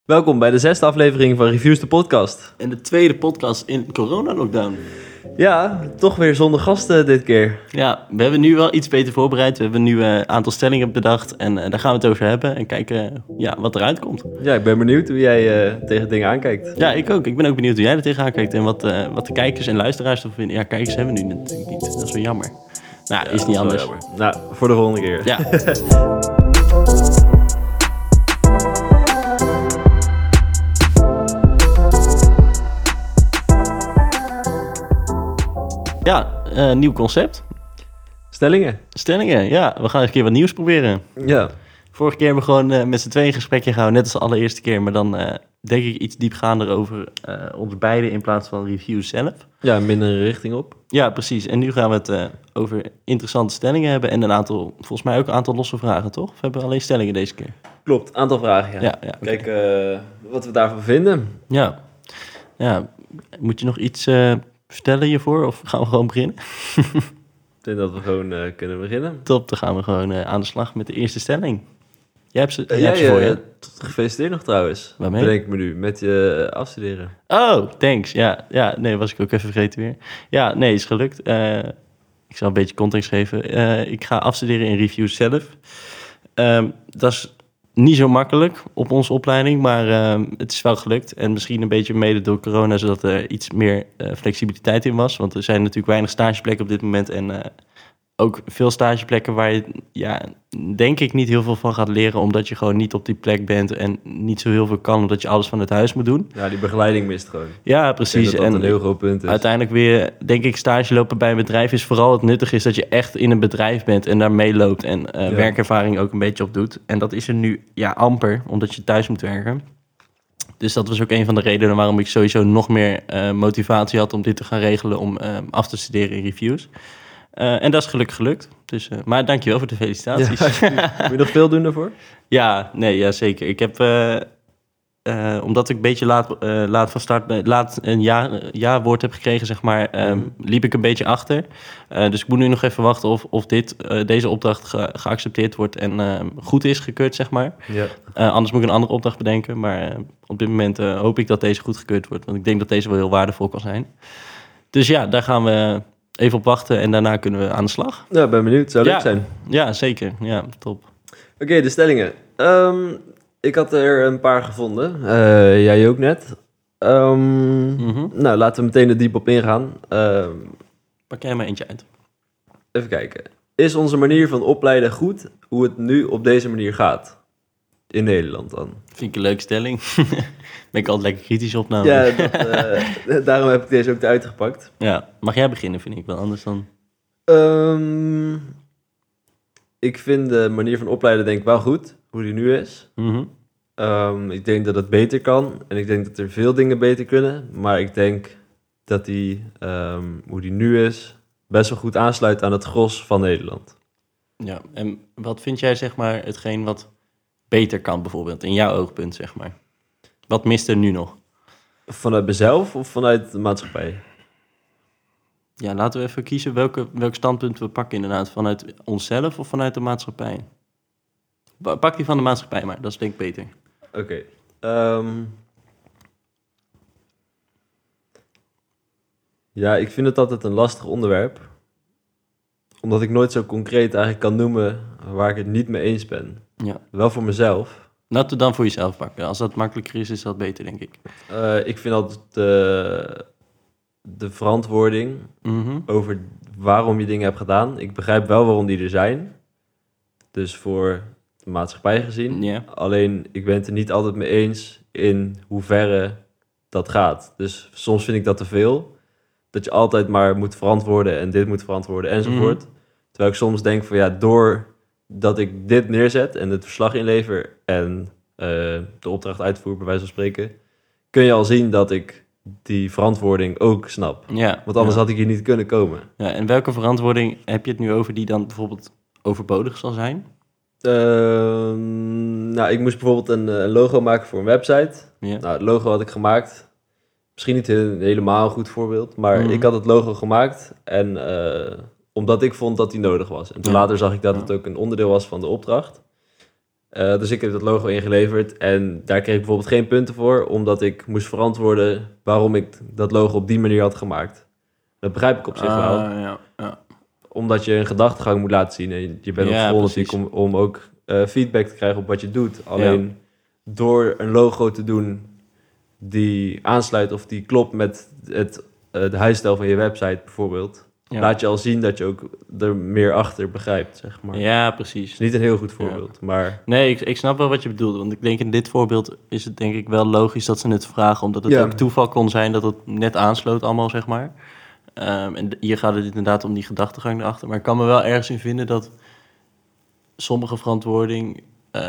Welkom bij de 6e aflevering van Reviews de podcast. En de tweede podcast in corona-lockdown. Ja, toch weer zonder gasten dit keer. Ja, we hebben nu wel iets beter voorbereid. We hebben nu een aantal stellingen bedacht en daar gaan we het over hebben. En kijken wat eruit komt. Ja, ik ben benieuwd hoe jij tegen dingen aankijkt. Ja, ik ook. Ik ben ook benieuwd hoe jij er tegenaan kijkt en wat de kijkers en luisteraars ervan vinden. Ja, kijkers hebben we nu natuurlijk niet. Dat is wel jammer. Nou, is niet anders. Nou, voor de volgende keer. Ja. Ja, nieuw concept. Stellingen, ja. We gaan eens een keer wat nieuws proberen. Ja. Vorige keer hebben we gewoon met z'n tweeën een gesprekje gehouden, net als de allereerste keer. Maar dan denk ik iets diepgaander over ons beiden in plaats van reviews zelf. Ja, minder een richting op. Ja, precies. En nu gaan we het over interessante stellingen hebben en volgens mij ook een aantal losse vragen, toch? Of hebben we alleen stellingen deze keer? Klopt, aantal vragen, ja. Ja, Kijk wat we daarvan vinden. Ja. Moet je nog iets vertellen hiervoor of gaan we gewoon beginnen? Ik denk dat we gewoon kunnen beginnen. Top, dan gaan we gewoon aan de slag met de eerste stelling. Jij hebt ze voor je. Gefeliciteerd nog trouwens. Waarmee? Bedenk ik me nu, met je afstuderen. Oh, thanks. Ja, nee, was ik ook even vergeten weer. Ja, nee, is gelukt. Ik zal een beetje context geven. Ik ga afstuderen in reviews zelf. Dat is niet zo makkelijk op onze opleiding, maar het is wel gelukt. En misschien een beetje mede door corona, zodat er iets meer flexibiliteit in was. Want er zijn natuurlijk weinig stageplekken op dit moment en ook veel stageplekken waar je, denk ik, niet heel veel van gaat leren, omdat je gewoon niet op die plek bent en niet zo heel veel kan, omdat je alles van het huis moet doen. Ja, die begeleiding mist gewoon. Ja, precies. Ik denk dat dat een heel groot punt is. Uiteindelijk weer, denk ik, stage lopen bij een bedrijf is vooral het nuttig is dat je echt in een bedrijf bent en daar meeloopt en werkervaring ook een beetje op doet. En dat is er nu amper, omdat je thuis moet werken. Dus dat was ook een van de redenen waarom ik sowieso nog meer motivatie had om dit te gaan regelen, om af te studeren in reviews. En dat is gelukkig gelukt. Dus, maar dankjewel voor de felicitaties. Ja, moet je nog veel doen daarvoor? Ja, zeker. Ik heb, omdat ik een beetje laat van start, laat een ja-woord heb gekregen, zeg maar, liep ik een beetje achter. Dus ik moet nu nog even wachten of deze opdracht geaccepteerd wordt en goed is gekeurd, zeg maar. Ja. Anders moet ik een andere opdracht bedenken. Maar op dit moment hoop ik dat deze goed gekeurd wordt. Want ik denk dat deze wel heel waardevol kan zijn. Dus ja, daar gaan we even op wachten en daarna kunnen we aan de slag. Ja, ben benieuwd. Zou leuk zijn. Ja, zeker. Ja, top. Oké, de stellingen. Ik had er een paar gevonden. Jij ook net. Nou, laten we meteen er diep op ingaan. Pak jij maar eentje uit. Even kijken. Is onze manier van opleiden goed hoe het nu op deze manier gaat? In Nederland dan. Vind ik een leuke stelling. Ben ik altijd lekker kritisch op namelijk. Ja, daarom heb ik deze ook eruit gepakt. Ja, mag jij beginnen, vind ik wel. Anders dan... Ik vind de manier van opleiden denk ik wel goed, hoe die nu is. Ik denk dat het beter kan en ik denk dat er veel dingen beter kunnen. Maar ik denk dat hoe die nu is, best wel goed aansluit aan het gros van Nederland. Ja, en wat vind jij, zeg maar, hetgeen wat beter kan bijvoorbeeld, in jouw oogpunt, zeg maar? Wat mist er nu nog? Vanuit mezelf of vanuit de maatschappij? Ja, laten we even kiezen welk standpunt we pakken inderdaad. Vanuit onszelf of vanuit de maatschappij? Pak die van de maatschappij maar, dat is denk ik beter. Oké. Ja, ik vind het altijd een lastig onderwerp. Omdat ik nooit zo concreet eigenlijk kan noemen waar ik het niet mee eens ben. Ja. Wel voor mezelf. Laten we dan voor jezelf pakken. Als dat makkelijker is dat beter, denk ik. Ik vind altijd de verantwoording over waarom je dingen hebt gedaan. Ik begrijp wel waarom die er zijn. Dus voor de maatschappij gezien. Ja. Alleen, ik ben het er niet altijd mee eens in hoeverre dat gaat. Dus soms vind ik dat te veel. Dat je altijd maar moet verantwoorden en dit moet verantwoorden enzovoort. Terwijl ik soms denk van doordat ik dit neerzet en het verslag inlever en de opdracht uitvoer, bij wijze van spreken, kun je al zien dat ik die verantwoording ook snap. Ja. Want anders had ik hier niet kunnen komen. Ja, en welke verantwoording heb je het nu over die dan bijvoorbeeld overbodig zal zijn? Nou, ik moest bijvoorbeeld een logo maken voor een website. Ja. Nou, het logo had ik gemaakt. Misschien niet helemaal een goed voorbeeld, maar ik had het logo gemaakt en omdat ik vond dat die nodig was. En toen later zag ik dat het ook een onderdeel was van de opdracht. Dus ik heb dat logo ingeleverd en daar kreeg ik bijvoorbeeld geen punten voor, omdat ik moest verantwoorden waarom ik dat logo op die manier had gemaakt. Dat begrijp ik op zich wel, Ja. omdat je een gedachtegang moet laten zien. En je bent op Ja, school precies. natuurlijk om ook feedback te krijgen op wat je doet. Alleen door een logo te doen die aansluit of die klopt met de huisstijl van je website bijvoorbeeld, laat je al zien dat je ook er meer achter begrijpt, zeg maar. Ja, precies. Het is niet een heel goed voorbeeld, maar... Nee, ik snap wel wat je bedoelt. Want ik denk in dit voorbeeld is het denk ik wel logisch dat ze het vragen. Omdat het ook toeval kon zijn dat het net aansloot allemaal, zeg maar. En hier gaat het inderdaad om die gedachtegang erachter. Maar ik kan me wel ergens in vinden dat sommige verantwoording...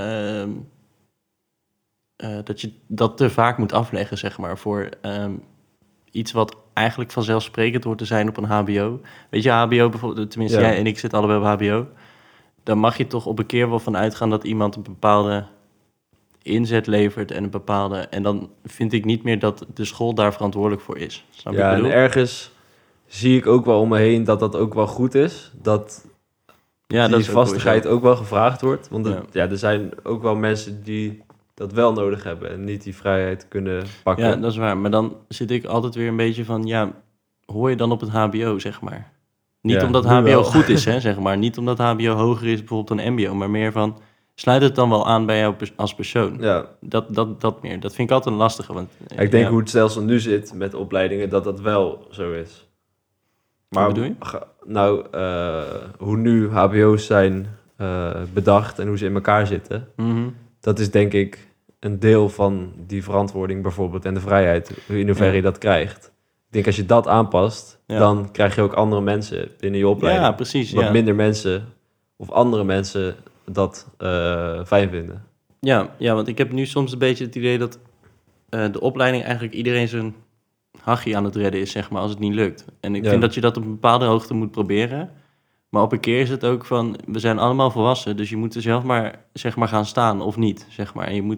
dat je dat te vaak moet afleggen, zeg maar. Voor iets wat eigenlijk vanzelfsprekend hoort te zijn op een hbo. Weet je, hbo bijvoorbeeld, tenminste jij en ik zitten allebei op hbo... dan mag je toch op een keer wel van uitgaan dat iemand een bepaalde inzet levert en een bepaalde... En dan vind ik niet meer dat de school daar verantwoordelijk voor is. Snap je wat ik en bedoel? ergens zie ik ook wel om me heen dat dat ook wel goed is. Dat Ja, die dat is ook vastigheid sowieso. ook wel gevraagd wordt. Want Ja. er zijn ook wel mensen die dat wel nodig hebben en niet die vrijheid kunnen pakken. Ja, dat is waar. Maar dan zit ik altijd weer een beetje van... ja, hoor je dan op het hbo, zeg maar? Niet Ja, omdat nu hbo wel. goed is, hè, zeg maar. Niet omdat hbo hoger is bijvoorbeeld dan mbo. Maar meer van, sluit het dan wel aan bij jou als persoon? Ja. Dat meer. Dat vind ik altijd een lastige. Want, Ik denk hoe het stelsel nu zit met opleidingen, dat dat wel zo is. Maar Wat bedoel je? hoe nu hbo's zijn bedacht en hoe ze in elkaar zitten... Mhm. dat is denk ik een deel van die verantwoording bijvoorbeeld en de vrijheid, in hoeverre je dat krijgt. Ik denk als je dat aanpast, dan krijg je ook andere mensen binnen je opleiding. Ja, precies. Wat minder mensen of andere mensen dat fijn vinden. Ja, want ik heb nu soms een beetje het idee dat de opleiding eigenlijk iedereen zijn hachje aan het redden is, zeg maar, als het niet lukt. En ik vind dat je dat op een bepaalde hoogte moet proberen. Maar op een keer is het ook van, we zijn allemaal volwassen, dus je moet er zelf maar, zeg maar, gaan staan of niet, zeg maar. En je moet,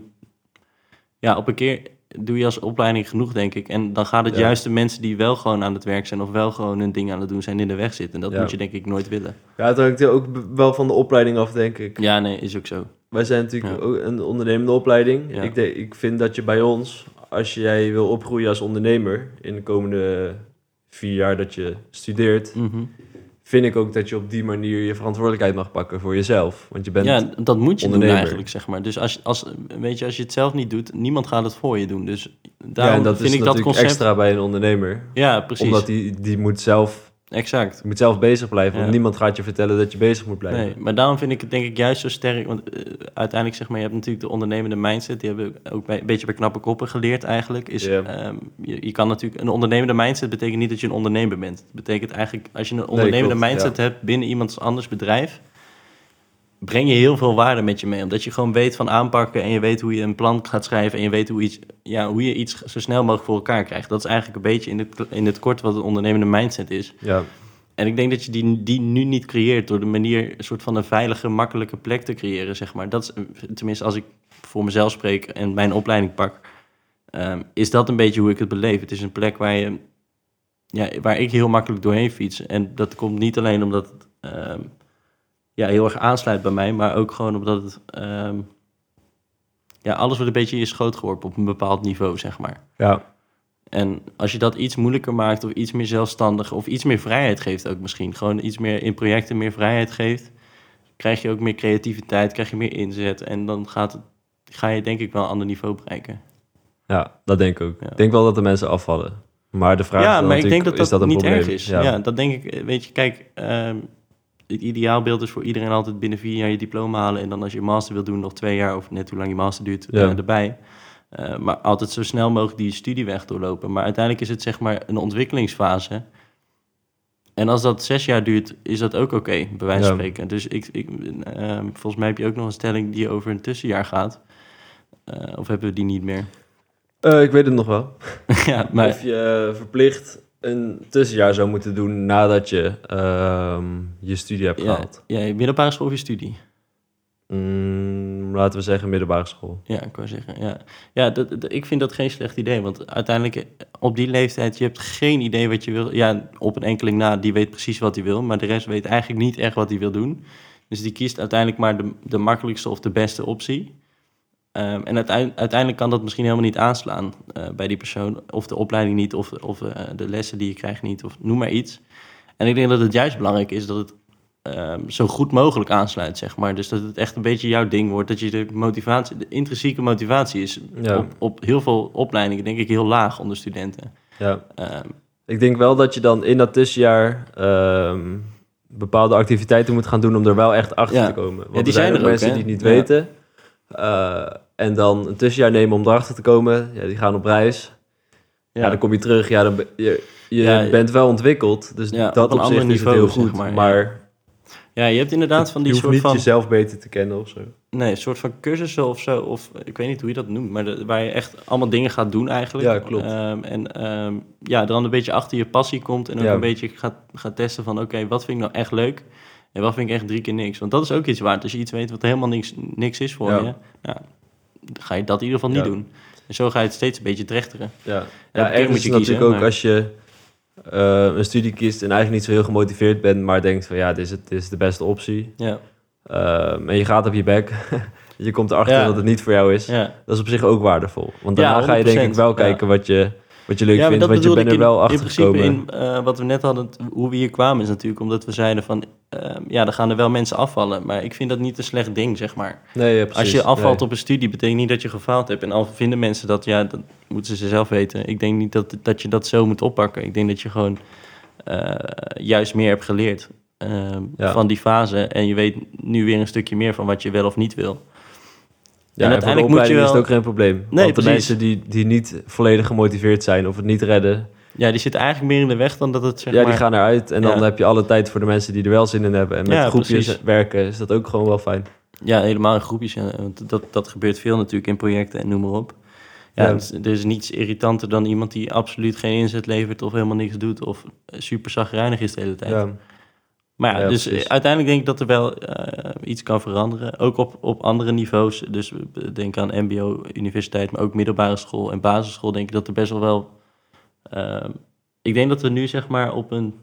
op een keer doe je als opleiding genoeg, denk ik. En dan gaat het juist de mensen die wel gewoon aan het werk zijn of wel gewoon hun ding aan het doen zijn in de weg zitten. En dat moet je denk ik nooit willen. Ja, het hangt ook wel van de opleiding af, denk ik. Ja, nee, is ook zo. Wij zijn natuurlijk ook een ondernemende opleiding. Ja. Ik vind dat je bij ons, als jij wil opgroeien als ondernemer in de komende 4 jaar dat je studeert, vind ik ook dat je op die manier je verantwoordelijkheid mag pakken voor jezelf. Want je bent dat moet je doen ondernemer. eigenlijk, zeg maar. Dus als je het zelf niet doet, niemand gaat het voor je doen. Dus daarom en dat vind is ik dat natuurlijk concept... extra bij een ondernemer. Ja, precies. Omdat die moet zelf... Exact. Je moet zelf bezig blijven, want niemand gaat je vertellen dat je bezig moet blijven. Nee, maar daarom vind ik het denk ik juist zo sterk. Want uiteindelijk, zeg maar, je hebt natuurlijk de ondernemende mindset. Die hebben we ook een beetje bij knappe koppen geleerd eigenlijk. Je kan natuurlijk... Een ondernemende mindset betekent niet dat je een ondernemer bent. Het betekent eigenlijk, als je een ondernemende mindset hebt binnen iemands anders bedrijf, breng je heel veel waarde met je mee. Omdat je gewoon weet van aanpakken en je weet hoe je een plan gaat schrijven en je weet hoe je iets zo snel mogelijk voor elkaar krijgt. Dat is eigenlijk een beetje in het kort wat een ondernemende mindset is. Ja. En ik denk dat je die nu niet creëert door de manier een soort van een veilige, makkelijke plek te creëren, zeg maar. Dat is, tenminste, als ik voor mezelf spreek en mijn opleiding pak, is dat een beetje hoe ik het beleef. Het is een plek waar ik heel makkelijk doorheen fiets. En dat komt niet alleen omdat het heel erg aansluit bij mij, maar ook gewoon omdat het alles wordt een beetje in je schoot geworpen op een bepaald niveau, zeg maar. Ja. En als je dat iets moeilijker maakt of iets meer zelfstandig of iets meer vrijheid geeft ook misschien. Gewoon iets meer in projecten meer vrijheid geeft, krijg je ook meer creativiteit, krijg je meer inzet. En dan ga je denk ik wel een ander niveau bereiken. Ja, dat denk ik ook. Ja. Ik denk wel dat de mensen afvallen. Maar de vraag is dan maar ik denk natuurlijk, dat een niet probleem? erg is. Ja, dat denk ik. Weet je, kijk, het ideaalbeeld is voor iedereen altijd binnen 4 jaar je diploma halen. En dan als je master wil doen nog 2 jaar of net hoe lang je master duurt erbij. Maar altijd zo snel mogelijk die studieweg doorlopen. Maar uiteindelijk is het zeg maar een ontwikkelingsfase. En als dat 6 jaar duurt, is dat ook oké, bij wijze van spreken. Dus volgens mij heb je ook nog een stelling die over een tussenjaar gaat. Of hebben we die niet meer? Ik weet het nog wel. Ja, maar... Of je verplicht een tussenjaar zou moeten doen nadat je je studie hebt gehaald. Ja, middelbare school of je studie? Laten we zeggen middelbare school. Ja, ik wou zeggen, ja. Ik vind dat geen slecht idee, want uiteindelijk op die leeftijd, je hebt geen idee wat je wil. Ja, op een enkeling na, die weet precies wat hij wil, maar de rest weet eigenlijk niet echt wat hij wil doen. Dus die kiest uiteindelijk maar de makkelijkste of de beste optie. En uiteindelijk kan dat misschien helemaal niet aanslaan bij die persoon. Of de opleiding niet, of de lessen die je krijgt niet, of noem maar iets. En ik denk dat het juist belangrijk is dat het zo goed mogelijk aansluit, zeg maar. Dus dat het echt een beetje jouw ding wordt. Dat je de intrinsieke motivatie is op heel veel opleidingen, denk ik, heel laag onder studenten. Ja. Ik denk wel dat je dan in dat tussenjaar bepaalde activiteiten moet gaan doen om er wel echt achter te komen. Want die er zijn ook mensen die het niet weten. En dan een tussenjaar nemen om erachter te komen. Ja, die gaan op reis. Ja, dan kom je terug. Ja, dan je bent wel ontwikkeld. Dus dat op zich is het heel goed. Zeg maar ja, je hebt inderdaad van die je soort hoeft van... niet jezelf beter te kennen of zo. Nee, een soort van cursussen of zo. Of ik weet niet hoe je dat noemt. Maar waar je echt allemaal dingen gaat doen eigenlijk. Ja, klopt. Dan een beetje achter je passie komt. En ook een beetje gaat testen van... Oké, wat vind ik nou echt leuk? En wat vind ik echt 3 keer niks? Want dat is ook iets waard. Als je iets weet wat helemaal niks is voor je... dan ga je dat in ieder geval niet doen. En zo ga je het steeds een beetje trechteren. Ja, ergens moet je natuurlijk ook als je een studie kiest... en eigenlijk niet zo heel gemotiveerd bent... maar denkt van dit is de beste optie. Ja. En je gaat op je bek... je komt erachter dat het niet voor jou is. Ja. Dat is op zich ook waardevol. Want daarna ga je denk ik wel kijken wat je leuk vindt. Want je bent er wel achter gekomen. In wat we net hadden, hoe we hier kwamen... is natuurlijk omdat we zeiden van... dan gaan er wel mensen afvallen. Maar ik vind dat niet een slecht ding, zeg maar. Nee, precies. Als je afvalt op een studie... betekent niet dat je gefaald hebt. En al vinden mensen dat... dat moeten ze zelf weten. Ik denk niet dat je dat zo moet oppakken. Ik denk dat je gewoon... juist meer hebt geleerd... van die fase. En je weet nu weer een stukje meer... van wat je wel of niet wil. Ja, en uiteindelijk moet je wel... is het ook geen probleem. Nee, want de mensen die niet volledig gemotiveerd zijn... of het niet redden... Ja, die zitten eigenlijk meer in de weg dan dat het die gaan eruit. En dan heb je alle tijd voor de mensen die er wel zin in hebben. En met groepjes werken is dat ook gewoon wel fijn. Ja, helemaal in groepjes. Ja. Dat gebeurt veel natuurlijk in projecten en noem maar op. Ja, er is niets irritanter dan iemand die absoluut geen inzet levert... of helemaal niks doet of super chagrijnig is de hele tijd. Ja. Maar dus uiteindelijk denk ik dat er wel iets kan veranderen. Ook op andere niveaus. Dus denk aan mbo, universiteit, maar ook middelbare school en basisschool. Denk ik dat er best wel... ik denk dat we nu zeg maar op een...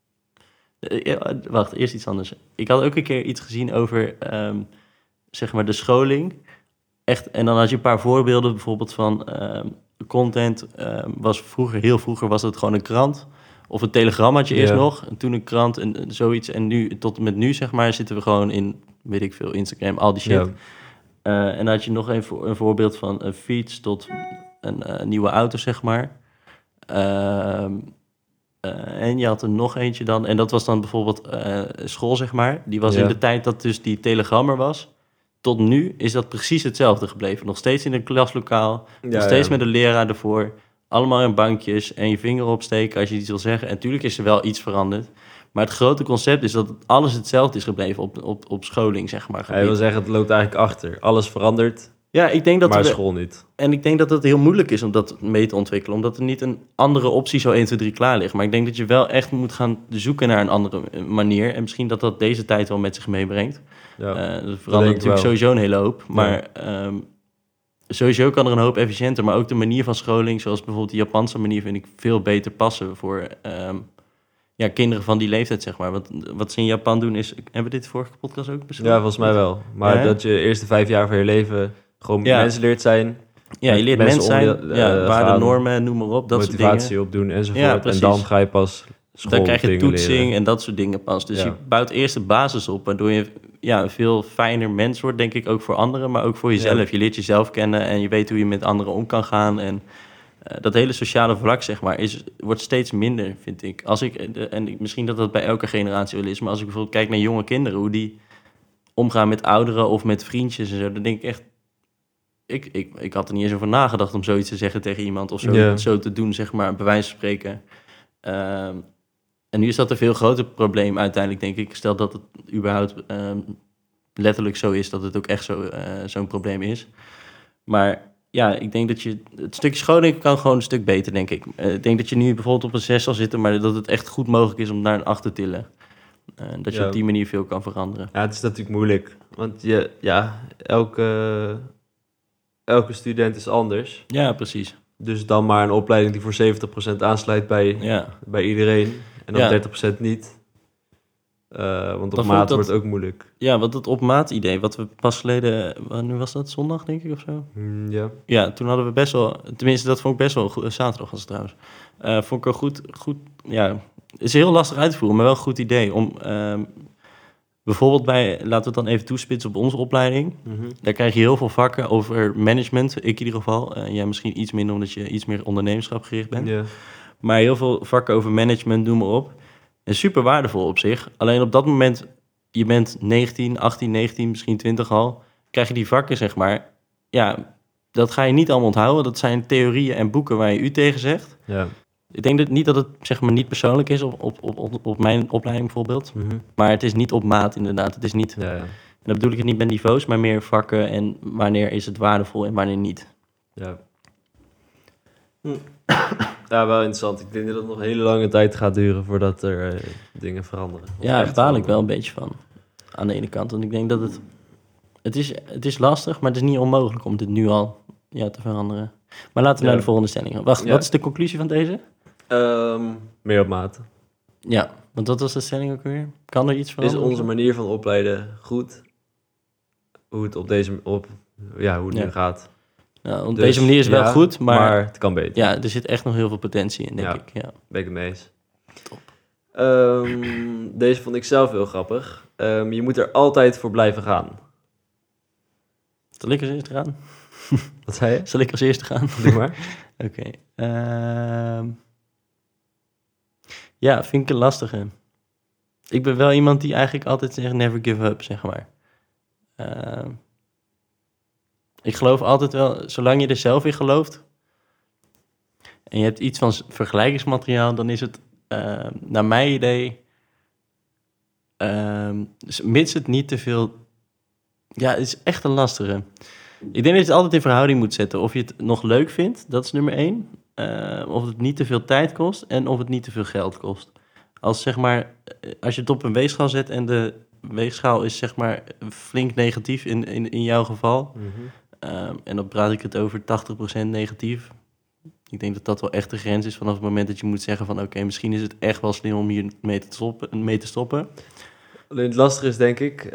wacht, eerst iets anders. Ik had ook een keer iets gezien over zeg maar de scholing. Echt, en dan had je een paar voorbeelden bijvoorbeeld van content. Heel vroeger was het gewoon een krant... Of een telegram had je eerst nog, en toen een krant en zoiets. En nu, tot en met nu, zeg maar, zitten we gewoon in, weet ik veel, Instagram, al die shit. Ja. En dan had je nog een voorbeeld van een fiets tot een nieuwe auto, zeg maar. En je had er nog eentje dan. En dat was dan bijvoorbeeld school, zeg maar. Die was in de tijd dat dus die telegrammer was. Tot nu is dat precies hetzelfde gebleven. Nog steeds in een klaslokaal, nog steeds met een leraar ervoor... Allemaal in bankjes en je vinger opsteken als je iets wil zeggen. En natuurlijk is er wel iets veranderd. Maar het grote concept is dat alles hetzelfde is gebleven op scholing, zeg maar. Ja, je wil zeggen, het loopt eigenlijk achter. Alles verandert, ja, ik denk dat school niet. En ik denk dat het heel moeilijk is om dat mee te ontwikkelen. Omdat er niet een andere optie zo 1, 2, 3 klaar ligt. Maar ik denk dat je wel echt moet gaan zoeken naar een andere manier. En misschien dat deze tijd wel met zich meebrengt. Ja, dat verandert natuurlijk sowieso een hele hoop. Maar... sowieso kan er een hoop efficiënter, maar ook de manier van scholing, zoals bijvoorbeeld de Japanse manier, vind ik veel beter passen voor kinderen van die leeftijd, zeg maar. Wat ze in Japan doen is, hebben we dit vorige podcast ook besproken? Ja, volgens mij wel. Maar dat je eerste 5 jaar van je leven gewoon mensen leert zijn. Ja, je leert mensen zijn, waarden, normen, noem maar op, dat soort dingen. Motivatie opdoen enzovoort. Ja, en dan ga je pas school dan krijg je toetsing leren. En dat soort dingen pas. Dus je bouwt eerst de basis op, waardoor je een veel fijner mens wordt, denk ik, ook voor anderen, maar ook voor jezelf. Ja. Je leert jezelf kennen en je weet hoe je met anderen om kan gaan. En dat hele sociale vlak, zeg maar, wordt steeds minder, vind ik. Misschien dat bij elke generatie wel is, maar als ik bijvoorbeeld kijk naar jonge kinderen, hoe die omgaan met ouderen of met vriendjes en zo, dan denk ik echt, ik had er niet eens over nagedacht om zoiets te zeggen tegen iemand of zo te doen, zeg maar, bij wijze van spreken. En nu is dat een veel groter probleem uiteindelijk, denk ik. Stel dat het überhaupt letterlijk zo is, dat het ook echt zo'n probleem is. Maar ja, ik denk dat het stukje scholing kan gewoon een stuk beter, denk ik. Ik denk dat je nu bijvoorbeeld op een 6 zal zitten, maar dat het echt goed mogelijk is om naar een 8 te tillen. Dat je op die manier veel kan veranderen. Ja, het is natuurlijk moeilijk. Want elke student is anders. Ja, precies. Dus dan maar een opleiding die voor 70% aansluit bij iedereen. En dan 30% niet. Want op vond maat ik wordt ook moeilijk. Ja, want het op maat idee, wat we pas geleden... Nu was dat zondag, denk ik, of zo? Ja. Ja, toen hadden we best wel... Tenminste, dat vond ik best wel goed. Zaterdag was het trouwens. Vond ik wel goed... Ja, het is heel lastig uit te voeren, maar wel een goed idee. Om bijvoorbeeld bij... Laten we het dan even toespitsen op onze opleiding. Daar krijg je heel veel vakken over management. Ik in ieder geval. Jij misschien iets minder, omdat je iets meer ondernemerschap gericht bent. Ja. Maar heel veel vakken over management, noem maar op. En super waardevol op zich. Alleen op dat moment, je bent 19, 18, 19, misschien 20 al. Krijg je die vakken, zeg maar. Ja, dat ga je niet allemaal onthouden. Dat zijn theorieën en boeken waar je u tegen zegt. Ja. Ik denk niet dat het zeg maar niet persoonlijk is op mijn opleiding bijvoorbeeld. Maar het is niet op maat inderdaad. Het is niet, Ja. en dat bedoel ik het niet bij niveaus, maar meer vakken en wanneer is het waardevol en wanneer niet. Ja. Ja, wel interessant. Ik denk dat het nog een hele lange tijd gaat duren voordat er dingen veranderen. Of Ja, daar echt baal ik wel veranderen. een beetje van. Aan de ene kant. Want ik denk dat het is lastig, maar het is niet onmogelijk om dit nu al te veranderen. Maar laten we naar de volgende stelling gaan. Wacht, Ja. wat is de conclusie van deze? Meer op maat. Ja, want wat was de stelling ook weer? Kan er iets Is veranderen? onze manier van opleiden goed? Hoe het hoe het nu gaat. Ja, op Dus, deze manier is wel ja, goed, maar het kan beter. ja, er zit echt nog heel veel potentie in, denk Ja. ik. Ja. Ben ik het mee eens. Top. Deze vond ik zelf heel grappig. Je moet er altijd voor blijven gaan. Zal ik als eerste gaan? Wat zei je? Zal ik als eerste gaan? Doe maar. Oké. Ja, vind ik een lastige. Ik ben wel iemand die eigenlijk altijd zegt never give up, zeg maar. Ik geloof altijd wel, zolang je er zelf in gelooft en je hebt iets van vergelijkingsmateriaal, dan is het, naar mijn idee, mits het niet te veel... Ja, het is echt een lastige. Ik denk dat je het altijd in verhouding moet zetten. Of je het nog leuk vindt, dat is nummer 1. Of het niet te veel tijd kost en of het niet te veel geld kost. Als zeg maar, als je het op een weegschaal zet en de weegschaal is zeg maar flink negatief in jouw geval. En dan praat ik het over 80% negatief. Ik denk dat dat wel echt de grens is vanaf het moment dat je moet zeggen van oké, misschien is het echt wel slim om hier mee te stoppen. Alleen het lastige is denk ik,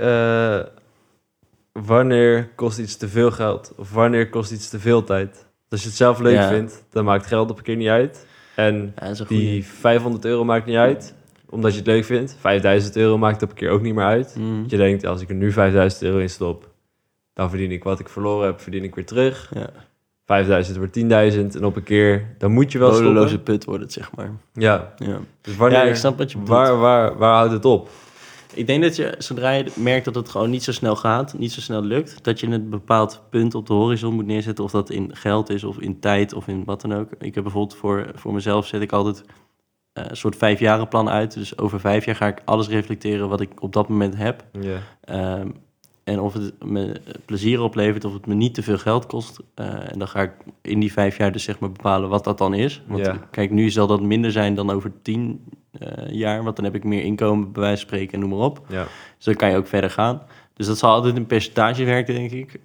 wanneer kost iets te veel geld? Of wanneer kost iets te veel tijd? Als je het zelf leuk vindt, dan maakt geld op een keer niet uit. En Ja, dat is een die €500 maakt niet uit, omdat je het leuk vindt. €5.000 maakt op een keer ook niet meer uit. goeie. Je denkt, als ik er nu €5.000 in stop, dan verdien ik wat ik verloren heb, verdien ik weer terug. Ja. 5.000 wordt 10.000 en op een keer, dan moet je wel Bodemloze stoppen. put wordt het, zeg maar. Ja, Ja. dus wanneer, Ja, ik snap wat je bedoelt. waar houdt het op? Ik denk dat je, zodra je merkt dat het gewoon niet zo snel gaat, niet zo snel lukt, dat je een bepaald punt op de horizon moet neerzetten. Of dat in geld is, of in tijd, of in wat dan ook. Ik heb bijvoorbeeld voor mezelf zet ik altijd een soort 5-jarenplan uit. Dus over 5 jaar ga ik alles reflecteren wat ik op dat moment heb. Ja. En of het me plezier oplevert, of het me niet te veel geld kost. En dan ga ik in die 5 jaar dus zeg maar bepalen wat dat dan is. Want kijk, nu zal dat minder zijn dan over 10 jaar. Want dan heb ik meer inkomen, bij wijze van spreken, en noem maar op. Ja. Dus dan kan je ook verder gaan. Dus dat zal altijd een percentage werken, denk ik.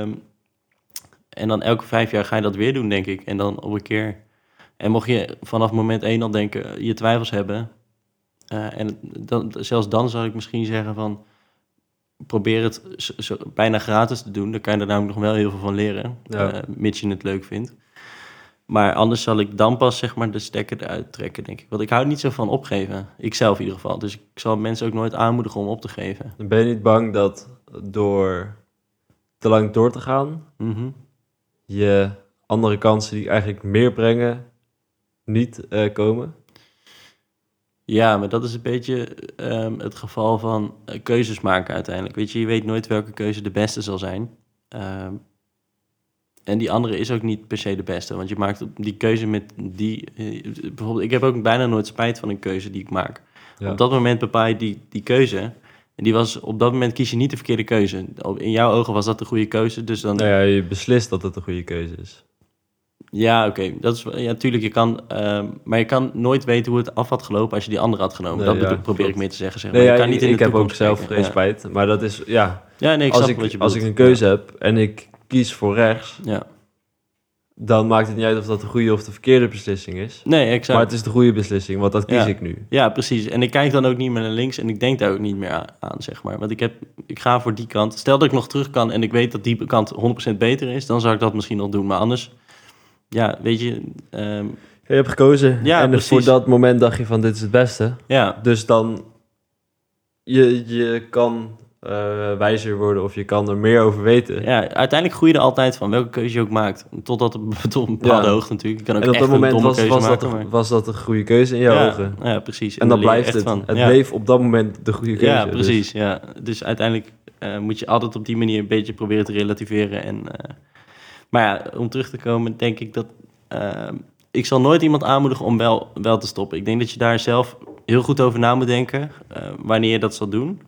En dan elke 5 jaar ga je dat weer doen, denk ik. En dan op een keer... En mocht je vanaf moment 1 al denken, je twijfels hebben... en dan, zelfs dan zou ik misschien zeggen van... probeer het bijna gratis te doen. Dan kan je er namelijk nog wel heel veel van leren. Ja. Mits je het leuk vindt. Maar anders zal ik dan pas zeg maar de stekker eruit trekken, denk ik. Want ik hou er niet zo van opgeven. Ikzelf in ieder geval. Dus ik zal mensen ook nooit aanmoedigen om op te geven. Dan ben je niet bang dat door te lang door te gaan, je andere kansen die eigenlijk meer brengen, niet komen? Ja, maar dat is een beetje het geval van keuzes maken uiteindelijk. Weet je weet nooit welke keuze de beste zal zijn. En die andere is ook niet per se de beste. Want je maakt die keuze met die... bijvoorbeeld, ik heb ook bijna nooit spijt van een keuze die ik maak. Ja. Op dat moment bepaal je die keuze. En die was, op dat moment kies je niet de verkeerde keuze. In jouw ogen was dat de goede keuze, dus dan... Nou ja, je beslist dat het een goede keuze is. Ja, oké. Dat is ja, tuurlijk. Je kan, maar je kan nooit weten hoe het af had gelopen als je die andere had genomen. Nee, dat ja, probeer klopt. ik mee te zeggen. Zeg Nee, maar. ja, Je kan niet in de ik heb ook toekomst zelf kijken. geen Ja. spijt, maar dat is, ja... Ja, nee, ik snap wat je bedoelt. Als ik een keuze heb en ik kies voor rechts, Ja. dan maakt het niet uit of dat de goede of de verkeerde beslissing is. Nee, exact. Maar het is de goede beslissing, want dat kies Ja. ik nu. Ja, precies. En ik kijk dan ook niet meer naar links en ik denk daar ook niet meer aan, zeg maar. Want ik ga voor die kant. Stel dat ik nog terug kan en ik weet dat die kant 100% beter is, dan zou ik dat misschien nog doen. Maar anders, ja, weet je... Je hebt gekozen Ja, en precies. voor dat moment dacht je van dit is het beste. ja, Dus dan, je kan wijzer worden of je kan er meer over weten. ja, uiteindelijk groei je er altijd van, welke keuze je ook maakt. Tot een bepaalde Ja. hoogte natuurlijk. Je kan ook En op echt dat een moment domme keuze maken. maar- was dat een goede keuze in jouw ogen. Ja, precies. En dan daar leer je blijft echt het. van. Het Ja. bleef op dat moment de goede keuze. Ja, precies. Ja. Dus uiteindelijk moet je altijd op die manier een beetje proberen te relativeren. Maar ja, om terug te komen, denk ik dat... ik zal nooit iemand aanmoedigen om wel te stoppen. Ik denk dat je daar zelf heel goed over na moet denken wanneer je dat zal doen.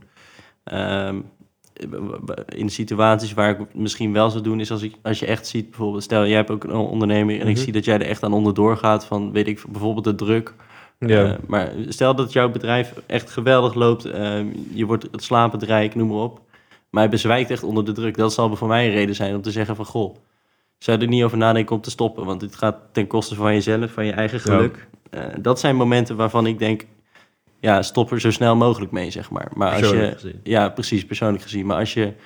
In situaties waar ik het misschien wel zou doen, is als je echt ziet, bijvoorbeeld, stel jij hebt ook een onderneming en ik zie dat jij er echt aan onderdoor gaat van, weet ik, bijvoorbeeld de druk. Ja. Maar stel dat jouw bedrijf echt geweldig loopt, je wordt het slapend rijk, noem maar op. Maar hij bezwijkt echt onder de druk. Dat zal voor mij een reden zijn om te zeggen van, goh, zou je er niet over nadenken om te stoppen? Want dit gaat ten koste van jezelf, van je eigen geluk. Dat zijn momenten waarvan ik denk, ja, stop er zo snel mogelijk mee, zeg maar. Maar als Persoonlijk je, gezien. ja, precies, persoonlijk gezien. Maar als je,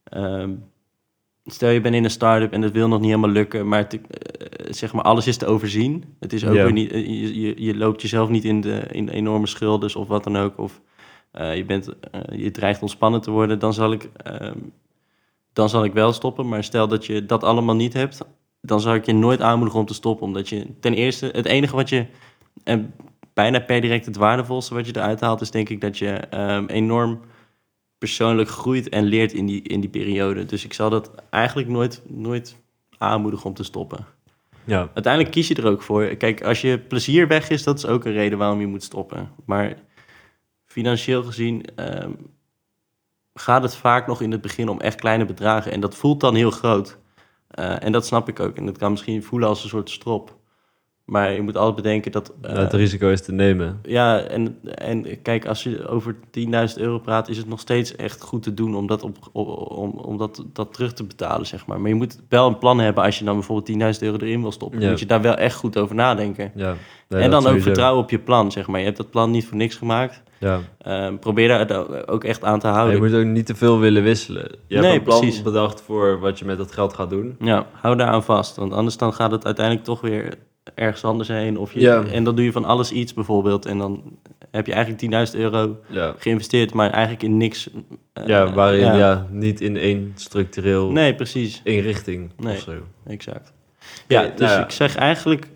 stel je bent in een start-up en het wil nog niet helemaal lukken, maar zeg maar, alles is te overzien. Het is ook Ja. weer niet, je loopt jezelf niet in enorme schulden of wat dan ook. Of je dreigt ontspannen te worden, dan zal ik wel stoppen. Maar stel dat je dat allemaal niet hebt, dan zou ik je nooit aanmoedigen om te stoppen. Omdat je ten eerste, het enige wat je, en bijna per direct het waardevolste wat je eruit haalt, is denk ik dat je enorm persoonlijk groeit en leert in die periode. Dus ik zal dat eigenlijk nooit aanmoedigen om te stoppen. Ja. Uiteindelijk kies je er ook voor. Kijk, als je plezier weg is, dat is ook een reden waarom je moet stoppen. Maar financieel gezien gaat het vaak nog in het begin om echt kleine bedragen. En dat voelt dan heel groot. En dat snap ik ook. En dat kan misschien voelen als een soort strop. Maar je moet altijd bedenken dat... Het risico is te nemen. Ja, en kijk, als je over 10.000 euro praat, is het nog steeds echt goed te doen om dat terug te betalen, zeg maar. Maar je moet wel een plan hebben als je dan bijvoorbeeld 10.000 euro erin wil stoppen. Ja. Moet je daar wel echt goed over nadenken. Ja. En dan ook vertrouwen op je plan, zeg maar. Je hebt dat plan niet voor niks gemaakt. Ja. Probeer daar ook echt aan te En houden. je moet ook niet te veel willen wisselen. Je hebt Nee, een plan precies. bedacht voor wat je met dat geld gaat doen. Ja, hou daar aan vast. Want anders dan gaat het uiteindelijk toch weer ergens anders heen. Ja. En dan doe je van alles iets bijvoorbeeld. En dan heb je eigenlijk 10.000 euro Ja. geïnvesteerd, maar eigenlijk in niks. Waarin niet in één structureel Nee, precies. inrichting Nee. of zo. Exact. Ja, Oké, dus nou ja. ik zeg eigenlijk...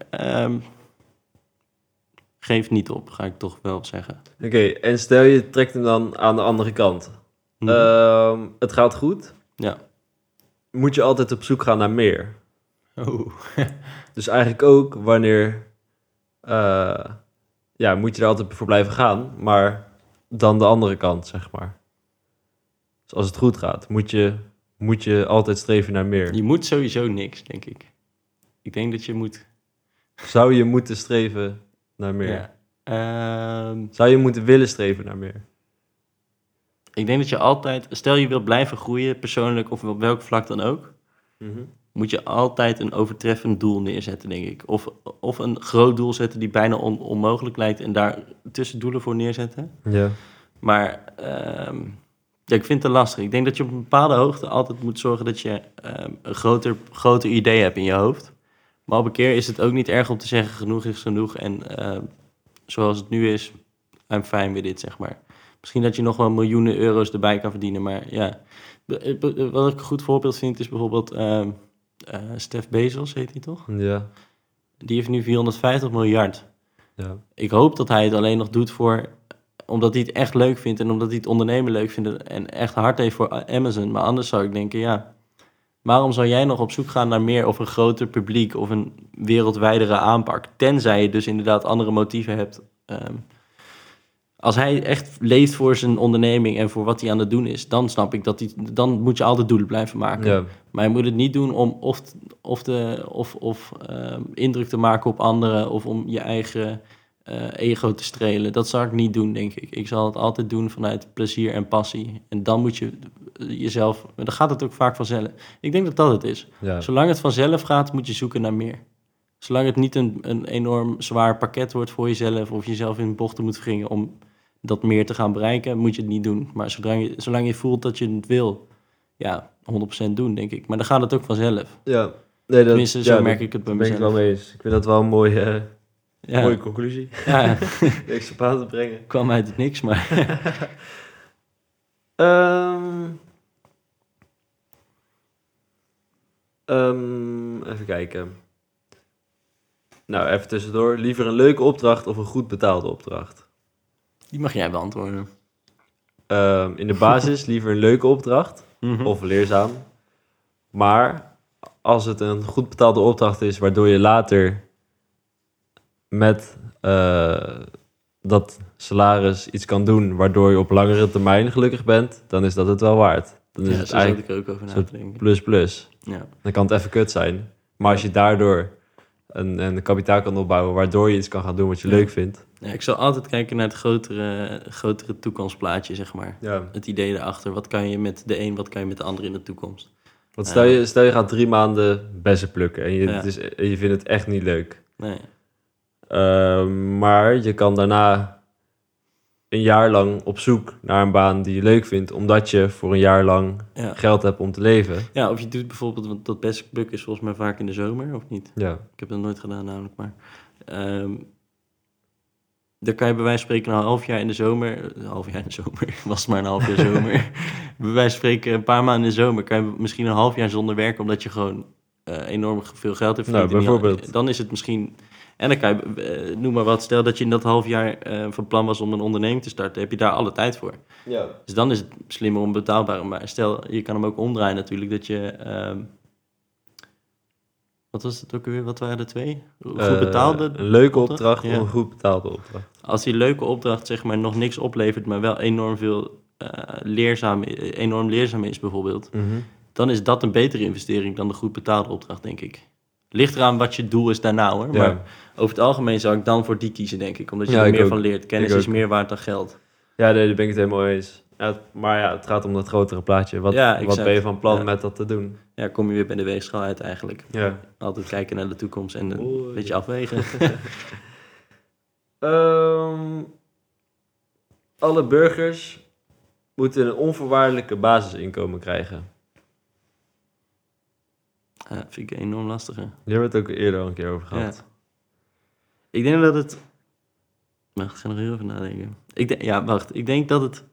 geef niet op, ga ik toch wel zeggen. Oké, en stel je trekt hem dan aan de andere kant. Het gaat goed. Ja. Moet je altijd op zoek gaan naar meer. Oh. Dus eigenlijk ook wanneer... moet je er altijd voor blijven gaan. Maar dan de andere kant, zeg maar. Dus als het goed gaat, moet je altijd streven naar meer. Je moet sowieso niks, denk ik. Ik denk dat je moet... Zou je moeten streven naar meer? Ja. Zou je moeten willen streven naar meer? Ik denk dat je altijd... Stel je wilt blijven groeien, persoonlijk of op welk vlak dan ook... moet je altijd een overtreffend doel neerzetten, denk ik. Of een groot doel zetten die bijna onmogelijk lijkt... en daar tussendoelen voor neerzetten. Ja. Maar ik vind het lastig. Ik denk dat je op een bepaalde hoogte altijd moet zorgen... dat je een groter idee hebt in je hoofd. Maar op een keer is het ook niet erg om te zeggen... genoeg is genoeg en zoals het nu is... I'm fine with dit, zeg maar. Misschien dat je nog wel miljoenen euro's erbij kan verdienen, maar ja... Wat ik een goed voorbeeld vind is bijvoorbeeld Stef Bezos, heet hij toch? Ja. Die heeft nu 450 miljard. Ja. Ik hoop dat hij het alleen nog doet omdat hij het echt leuk vindt en omdat hij het ondernemen leuk vindt en echt hard heeft voor Amazon. Maar anders zou ik denken, ja, waarom zou jij nog op zoek gaan naar meer of een groter publiek of een wereldwijdere aanpak? Tenzij je dus inderdaad andere motieven hebt. Als hij echt leeft voor zijn onderneming en voor wat hij aan het doen is, dan snap ik dan moet je altijd doelen blijven maken. Ja. Maar je moet het niet doen om indruk te maken op anderen of om je eigen ego te strelen. Dat zou ik niet doen, denk ik. Ik zal het altijd doen vanuit plezier en passie. En dan moet je jezelf... Dan gaat het ook vaak vanzelf. Ik denk dat dat het is. Ja. Zolang het vanzelf gaat, moet je zoeken naar meer. Zolang het niet een enorm zwaar pakket wordt voor jezelf... of jezelf in bochten moet wringen om dat meer te gaan bereiken... moet je het niet doen. Maar zolang je voelt dat je het wil... ja, 100% doen, denk ik. Maar dan gaat het ook vanzelf. Ja. Nee, Tenminste, zo merk ik het bij ben ik mezelf. wel mee eens. Ik vind dat wel een mooie conclusie. Ja, Niks op aan te brengen. kwam uit het niks, maar... Even kijken. Nou, even tussendoor. Liever een leuke opdracht of een goed betaalde opdracht? Die mag jij beantwoorden. In de basis liever een leuke opdracht Mhm. of leerzaam. Maar als het een goed betaalde opdracht is, waardoor je later met dat salaris iets kan doen, waardoor je op langere termijn gelukkig bent, dan is dat het wel waard. Dan is Ja, het zo zat eigenlijk ik er ook over na soort te denken. plus. Ja. Dan kan het even kut zijn. Maar als je daardoor een kapitaal kan opbouwen, waardoor je iets kan gaan doen wat je Ja. leuk vindt. Ja, ik zal altijd kijken naar het grotere toekomstplaatje, zeg maar. Ja. Het idee erachter. Wat kan je met de een, wat kan je met de ander in de toekomst? Want stel je gaat 3 maanden bessen plukken en je vindt het echt niet leuk. Nee. Maar je kan daarna een jaar lang op zoek naar een baan die je leuk vindt, omdat je voor een jaar lang Ja. geld hebt om te leven. Ja, of je doet bijvoorbeeld, want dat bestbuk is volgens mij vaak in de zomer, of niet? Ja. Ik heb dat nooit gedaan namelijk, maar... dan kan je bij wijze van spreken een half jaar in de zomer... Een half jaar in de zomer, was het maar een half jaar zomer. Bij wijze van spreken een paar maanden in de zomer... kan je misschien een half jaar zonder werken... omdat je gewoon enorm veel geld hebt verdiend. Nou, bijvoorbeeld. Dan is het misschien... En dan kan je, noem maar wat, stel dat je in dat half jaar van plan was om een onderneming te starten... heb je daar alle tijd voor. Ja. Dus dan is het slimmer om betaalbaar. Maar stel, je kan hem ook omdraaien natuurlijk, dat je... wat was het ook weer? Wat waren de twee? Goed betaalde? Een leuke opdracht Ja. of een goed betaalde opdracht. Als die leuke opdracht zeg maar nog niks oplevert, maar wel enorm veel enorm leerzaam is bijvoorbeeld, dan is dat een betere investering dan de goed betaalde opdracht, denk ik. Ligt eraan wat je doel is daarna hoor. Ja. Maar over het algemeen zou ik dan voor die kiezen, denk ik. Omdat je Ja, er ik meer ook. van leert. Kennis Ik is ook. meer waard dan geld. Ja, nee, daar ben ik het helemaal mee eens. Ja, maar ja, het gaat om dat grotere plaatje. Wat exact. ben je van plan Ja. met dat te doen? Ja, kom je weer bij de weegschaal uit eigenlijk. Ja. Altijd kijken naar de toekomst en Oei. een beetje afwegen. Alle burgers moeten een onvoorwaardelijke basisinkomen krijgen. Vind ik een enorm lastige. Hier hebben we het ook eerder al een keer over gehad. Ja. Ik denk dat het... Wacht, ik ga nog heel even nadenken. Ik denk dat het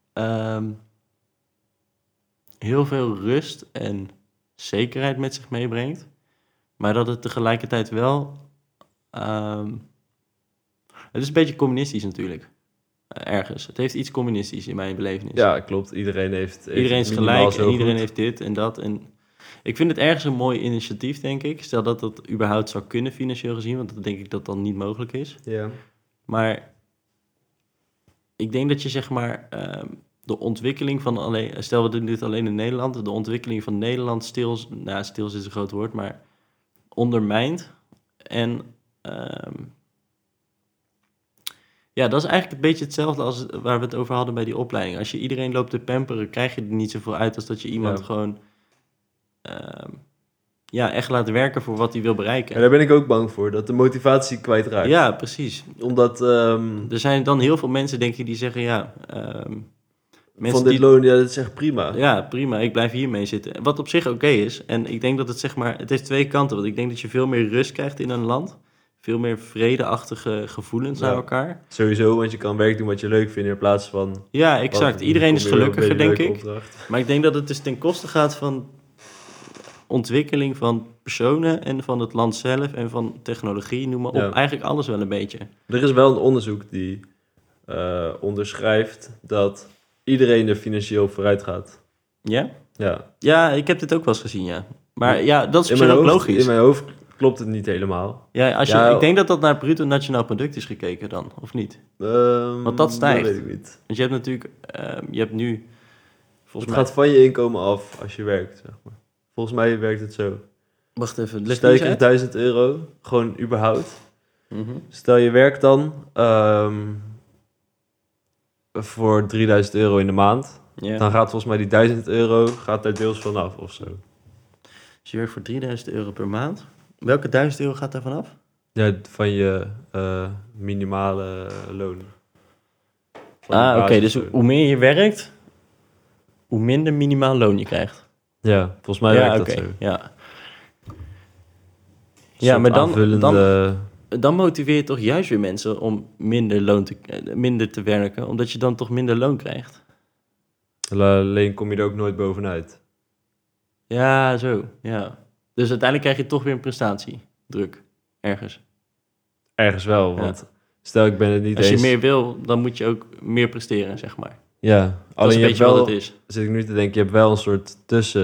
heel veel rust en zekerheid met zich meebrengt. Maar dat het tegelijkertijd wel... het is een beetje communistisch natuurlijk. Ergens. Het heeft iets communistisch in mijn belevenis. Ja, klopt. Iedereen heeft Iedereen is minimaal gelijk zo en iedereen goed. heeft dit en dat. En ik vind het ergens een mooi initiatief, denk ik. Stel dat dat überhaupt zou kunnen financieel gezien, want dan denk ik dat dan niet mogelijk is. Ja. Maar ik denk dat je zeg maar de ontwikkeling van alleen... Stel we doen dit alleen in Nederland. De ontwikkeling van Nederland stil is een groot woord, maar ondermijnt. En ja, dat is eigenlijk een beetje hetzelfde als waar we het over hadden bij die opleiding. Als je iedereen loopt te pamperen, krijg je er niet zoveel uit als dat je iemand gewoon echt laat werken voor wat hij wil bereiken. En daar ben ik ook bang voor, dat de motivatie kwijtraakt. Ja, precies. Omdat Er zijn dan heel veel mensen, denk ik, die zeggen van dit loon, ja, dat is echt prima. Ja, prima, ik blijf hiermee zitten. Wat op zich oké is. En ik denk dat het zeg maar... Het heeft twee kanten. Want ik denk dat je veel meer rust krijgt in een land. Veel meer vredeachtige gevoelens naar elkaar. Sowieso, want je kan werk doen wat je leuk vindt in plaats van... Ja, exact. Iedereen is gelukkiger, denk ik. Opdracht. Maar ik denk dat het dus ten koste gaat van ontwikkeling van personen en van het land zelf en van technologie, noem maar op. Ja. Eigenlijk alles wel een beetje. Er is wel een onderzoek die onderschrijft dat iedereen er financieel op vooruit gaat. Ja? Ja. Ja, ik heb dit ook wel eens gezien, ja. Maar ja, dat is In misschien mijn ook hoofd, logisch. in mijn hoofd klopt het niet helemaal. Ja, ik denk dat naar het bruto nationaal product is gekeken dan, of niet? Want dat stijgt. Dat weet ik niet. Want je hebt natuurlijk, je hebt nu, Het volgens mij... gaat van je inkomen af als je werkt, zeg maar. Volgens mij werkt het zo. Wacht even, leg Stel je die eens krijgt uit. €1000, gewoon überhaupt. Mhm. Stel je werkt dan voor €3000 in de maand. Ja. dan gaat volgens mij die €1000 gaat daar deels vanaf of zo. Dus je werkt voor €3000 per maand. Welke €1000 gaat daar vanaf? Ja, van je minimale loon. Van die Oké. Dus basisloon. hoe meer je werkt, hoe minder minimaal loon je krijgt. Ja, volgens mij werkt dat zo. Ja. Een Ja, soort maar aanvullende... dan motiveer je toch juist weer mensen om minder te werken, omdat je dan toch minder loon krijgt. Alleen kom je er ook nooit bovenuit. Ja, zo. Ja. Dus uiteindelijk krijg je toch weer een prestatiedruk ergens. Ergens wel, want stel ik ben het niet Als je eens... meer wil, dan moet je ook meer presteren, zeg maar. Ja, Dat is alleen een je hebt beetje wel... wat het is. Zit ik nu te denken, je hebt wel een soort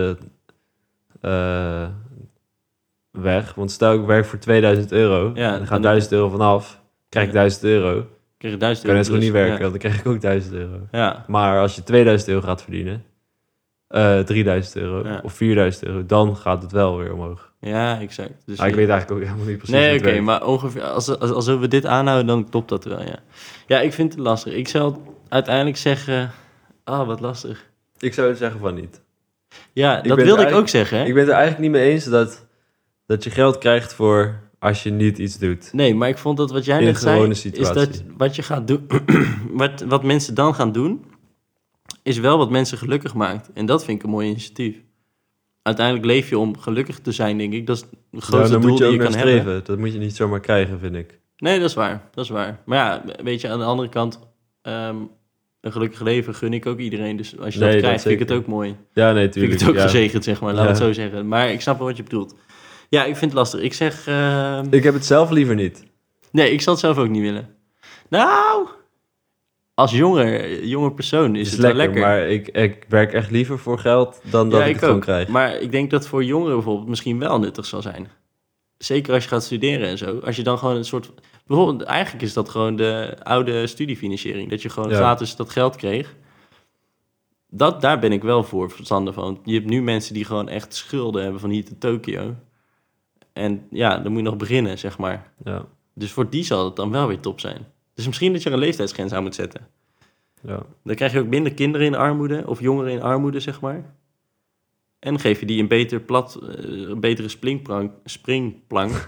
weg. Want stel ik werk voor €2000 Ja, en er gaat dan- €1000 vanaf, krijg ik €1000. Krijg je €1000 Kan net zo goed niet plus. werken, want dan krijg ik ook €1000. Ja. Maar als je €2000 gaat verdienen, €3000 Ja. of €4000, dan gaat het wel weer omhoog. Ja, exact. Dus Ik weet eigenlijk ook helemaal niet precies hoe Nee, het oké, werkt. maar ongeveer, als we dit aanhouden, dan klopt dat wel, ja. Ja, ik vind het lastig. Ik zou uiteindelijk zeggen... wat lastig. Ik zou zeggen van niet. Ja, ben dat het wilde ik eigenlijk- ook zeggen, hè? Ik ben het er eigenlijk niet mee eens dat je geld krijgt voor als je niet iets doet. Nee, maar ik vond dat wat jij In net een zei, gewone is situatie. dat wat je gaat doen... wat mensen dan gaan doen, is wel wat mensen gelukkig maakt. En dat vind ik een mooi initiatief. Uiteindelijk leef je om gelukkig te zijn, denk ik. Dat is het grootste Dan doel moet je die ook je naar kan hebben. streven. Dat moet je niet zomaar krijgen, vind ik. Nee, dat is waar. Dat is waar. Maar ja, weet je, aan de andere kant... een gelukkig leven gun ik ook iedereen. Dus als je Nee, dat dat krijgt, vind ik het zeker. ook mooi. Ja, nee, Vind ik tuurlijk. het ook ja. gezegend, zeg maar. Laat Ja. het zo zeggen. Maar ik snap wel wat je bedoelt. Ja, ik vind het lastig. Ik zeg... Ik heb het zelf liever niet. Nee, ik zal het zelf ook niet willen. Nou, als jonge persoon is Het het wel lekker. maar ik werk echt liever voor geld dan dat Ja, ik het gewoon ook. krijg. Maar ik denk dat voor jongeren bijvoorbeeld misschien wel nuttig zal zijn. Zeker als je gaat studeren en zo. Als je dan gewoon een soort... Bijvoorbeeld, eigenlijk is dat gewoon de oude studiefinanciering. Dat je gewoon Ja. gratis dat geld kreeg. Daar ben ik wel voor verstanden van. Je hebt nu mensen die gewoon echt schulden hebben van hier tot Tokio. En ja, dan moet je nog beginnen, zeg maar. Ja, Dus voor die zal het dan wel weer top zijn. Dus misschien dat je er een leeftijdsgrens aan moet zetten. ja. Dan krijg je ook minder kinderen in armoede, of jongeren in armoede, zeg maar. En geef je die een betere springplank.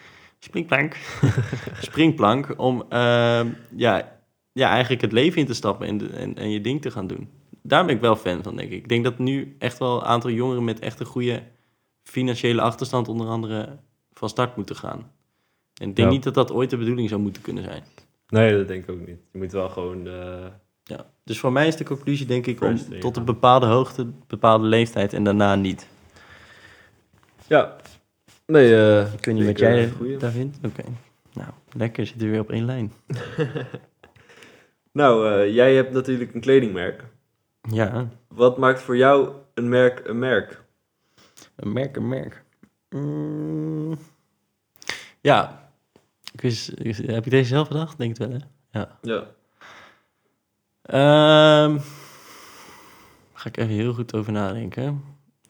Springplank om eigenlijk het leven in te stappen en je ding te gaan doen. Daar ben ik wel fan van, denk ik. Ik denk dat nu echt wel een aantal jongeren met echt een goede financiële achterstand onder andere van start moeten gaan. En ik denk Ja. niet dat dat ooit de bedoeling zou moeten kunnen zijn. Nee, dat denk ik ook niet. Je moet wel gewoon... Ja. Dus voor mij is de conclusie, denk ik, om First erin tot een gaan. bepaalde hoogte, bepaalde leeftijd en daarna niet. Ja. Nee, Ik weet niet wat jij daar vindt. Oké. Nou, lekker. Zitten we weer op één lijn. Nou, jij hebt natuurlijk een kledingmerk. Ja, Wat maakt voor jou een merk een merk? een merk. Ja. Heb ik deze zelf bedacht? Denk het wel, hè? Ja. Ja. Ga ik even heel goed over nadenken.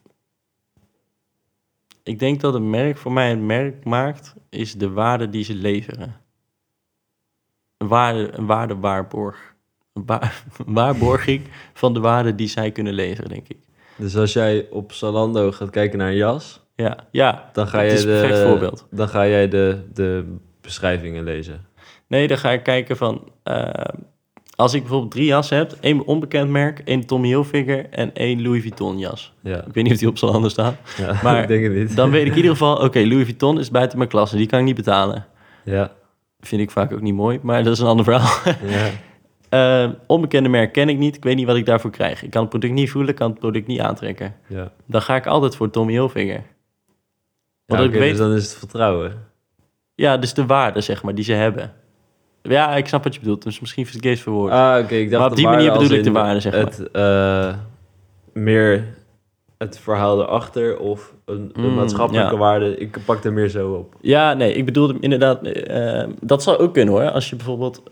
Ik denk dat een merk voor mij een merk maakt, is de waarde die ze leveren. Een waardewaarborg. Een waarborging van de waarde die zij kunnen leveren, denk ik. Dus als jij op Zalando gaat kijken naar een jas, Ja, dan ga dat jij is een perfect voorbeeld. Dan ga jij de beschrijvingen lezen. Nee, dan ga ik kijken van... als ik bijvoorbeeld 3 jassen heb, 1 onbekend merk, 1 Tommy Hilfiger en 1 Louis Vuitton jas. Ja. Ik weet niet of die op Zalando staat. Ja, Maar ik denk het niet. Dan weet ik in ieder geval, oké, Louis Vuitton is buiten mijn klasse. Die kan ik niet betalen. Ja. Vind ik vaak ook niet mooi, maar dat is een ander verhaal. Ja. Onbekende merk ken ik niet. Ik weet niet wat ik daarvoor krijg. Ik kan het product niet voelen, kan het product niet aantrekken. Ja. Dan ga ik altijd voor Tommy Hilfiger. Ja, Want oké, ik weet, dus dan is het vertrouwen. ja, dus de waarde, zeg maar, die ze hebben. Ja, ik snap wat je bedoelt. Dus misschien verkeerd verwoord. Oké, ik dacht Maar op die de manier waarde bedoel als ik de in waarde, zeg maar. Het, meer het verhaal erachter of een maatschappelijke ja. waarde. Ik pak er meer zo op. Ja, nee, ik bedoelde inderdaad... dat zou ook kunnen, hoor. Als je bijvoorbeeld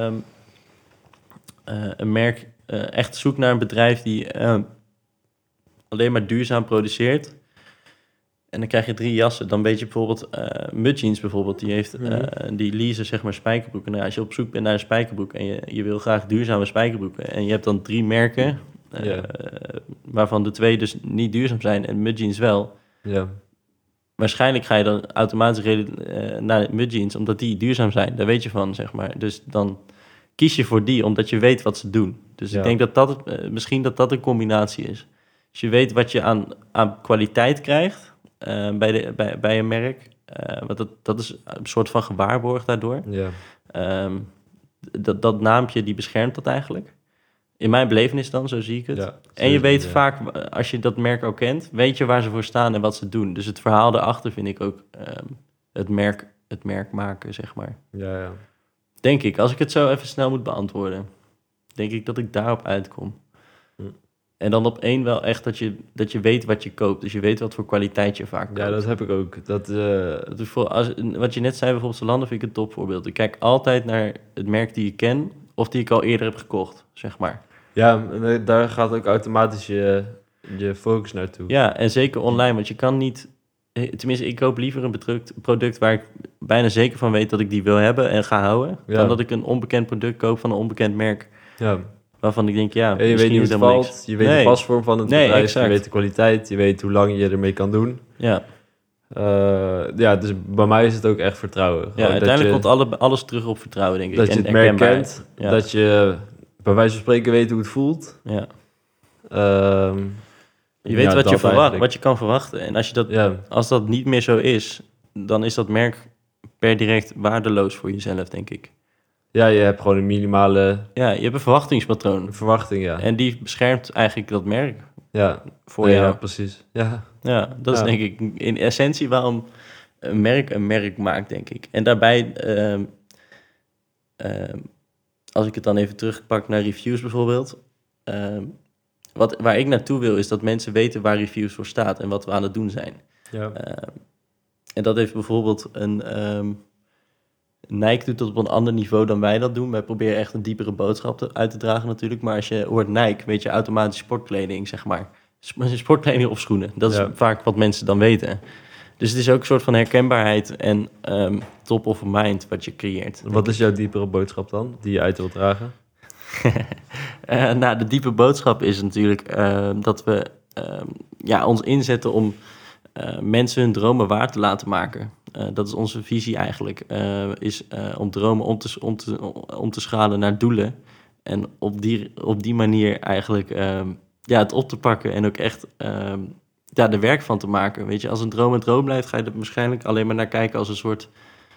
een merk echt zoekt naar een bedrijf die alleen maar duurzaam produceert. En dan krijg je 3 jassen. Dan weet je bijvoorbeeld... Mudjeans bijvoorbeeld, die heeft... die leasen, zeg maar, spijkerbroeken. Nou, als je op zoek bent naar een spijkerbroek en je wil graag duurzame spijkerbroeken en je hebt dan 3 merken... Ja. Waarvan de 2 dus niet duurzaam zijn en mudjeans wel. Ja. Waarschijnlijk ga je dan automatisch naar mudjeans, omdat die duurzaam zijn. Daar weet je van, zeg maar. Dus dan kies je voor die, omdat je weet wat ze doen. Dus Ja. ik denk dat misschien dat een combinatie is. Als je weet wat je aan kwaliteit krijgt bij een merk, want dat is een soort van gewaarborgd daardoor. Ja. Dat naampje, die beschermt dat eigenlijk. In mijn belevenis dan, zo zie ik het. Ja, En je weet ja. vaak, als je dat merk ook kent, weet je waar ze voor staan en wat ze doen. Dus het verhaal daarachter vind ik ook het merk maken, zeg maar. Ja. Denk ik, als ik het zo even snel moet beantwoorden, denk ik dat ik daarop uitkom. Hm. En dan op 1 wel echt dat je weet wat je koopt. Dus je weet wat voor kwaliteit je vaak koopt. Ja, dat heb ik ook. Dat is wat je net zei, bijvoorbeeld Zalando vind ik een topvoorbeeld. Ik kijk altijd naar het merk die ik ken of die ik al eerder heb gekocht, zeg maar. Ja, daar gaat ook automatisch je focus naartoe. Ja, en zeker online, want je kan niet... Tenminste, ik koop liever een product waar ik bijna zeker van weet dat ik die wil hebben en ga houden, dan dat ik een onbekend product koop van een onbekend merk. Ja. Waarvan ik denk, ja, En je weet niet hoe het valt, je weet de pasvorm van het bedrijf, exact. Je weet de kwaliteit, je weet hoe lang je ermee kan doen. Ja. Dus bij mij is het ook echt vertrouwen. Ja, uiteindelijk komt alles terug op vertrouwen, denk ik. Dat je het merk kent, dat je bij wijze van spreken weet hoe het voelt. Ja. Je weet wat je kan verwachten. En als dat niet meer zo is, dan is dat merk per direct waardeloos voor jezelf, denk ik. Ja, je hebt gewoon een minimale... Ja, je hebt een verwachtingspatroon. Verwachting, ja. En die beschermt eigenlijk dat merk voor jou. Ja, precies. Ja, dat is denk ik in essentie waarom een merk maakt, denk ik. En daarbij, als ik het dan even terugpak naar reviews bijvoorbeeld... waar ik naartoe wil, is dat mensen weten waar reviews voor staat en wat we aan het doen zijn. Ja. En dat heeft bijvoorbeeld Nike doet dat op een ander niveau dan wij dat doen. Wij proberen echt een diepere boodschap uit te dragen natuurlijk. Maar als je hoort Nike, weet je automatisch sportkleding, zeg maar. Sportkleding of schoenen. Dat is vaak wat mensen dan weten. Dus het is ook een soort van herkenbaarheid en top of mind wat je creëert. Wat is jouw diepere boodschap dan, die je uit wilt dragen? De diepe boodschap is natuurlijk dat we ons inzetten om mensen hun dromen waar te laten maken. Dat is onze visie eigenlijk. Om dromen om te schalen naar doelen. En op die manier eigenlijk het op te pakken en ook echt er werk van te maken. Weet je, als een droom blijft, ga je er waarschijnlijk alleen maar naar kijken als een soort...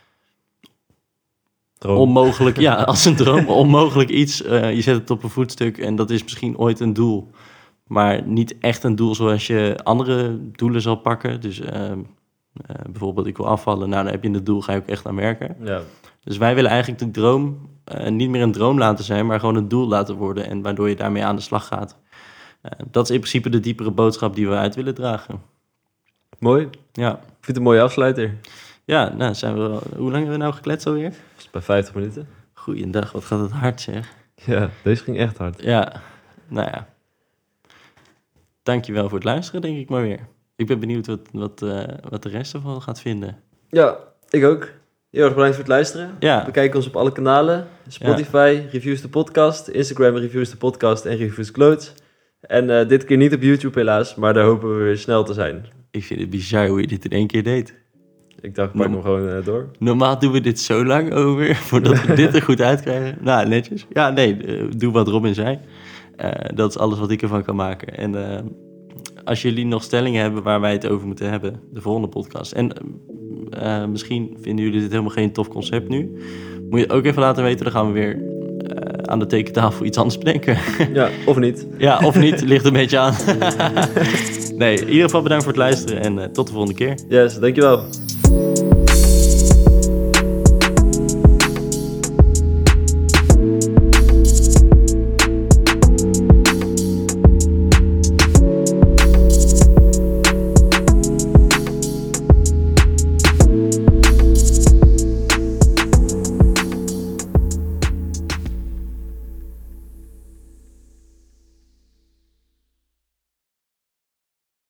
onmogelijk, als een droom, onmogelijk iets. Je zet het op een voetstuk en dat is misschien ooit een doel. Maar niet echt een doel zoals je andere doelen zal pakken. Dus bijvoorbeeld, ik wil afvallen. Nou, dan heb je een doel, ga je ook echt aan werken. Ja. Dus wij willen eigenlijk de droom niet meer een droom laten zijn, maar gewoon een doel laten worden. En waardoor je daarmee aan de slag gaat. Dat is in principe de diepere boodschap die we uit willen dragen. Mooi. Ja. Ik vind het een mooie afsluiter. Ja, nou hoe lang hebben we nou gekletst alweer? Bij 50 minuten. Goeiedag, wat gaat het hard zeg. Ja, deze ging echt hard. Ja, nou ja. Dankjewel voor het luisteren, denk ik maar weer. Ik ben benieuwd wat de rest ervan gaat vinden. Ja, ik ook. Heel erg bedankt voor het luisteren. Ja. Bekijk ons op alle kanalen. Spotify, Reviews de Podcast. Instagram, Reviews de Podcast en Reviews Clothes. En dit keer niet op YouTube helaas, maar daar hopen we weer snel te zijn. Ik vind het bizar hoe je dit in 1 keer deed. Ik dacht, pak hem gewoon door. Normaal doen we dit zo lang over, voordat we dit er goed uitkrijgen. Nou, netjes. Ja, nee, doe wat Robin zei. Dat is alles wat ik ervan kan maken. En als jullie nog stellingen hebben waar wij het over moeten hebben, de volgende podcast. En misschien vinden jullie dit helemaal geen tof concept nu. Moet je het ook even laten weten, dan gaan we weer aan de tekentafel iets anders bedenken. Ja, of niet. Ja, of niet, ligt een beetje aan. Nee, in ieder geval bedankt voor het luisteren en tot de volgende keer. Yes, dankjewel.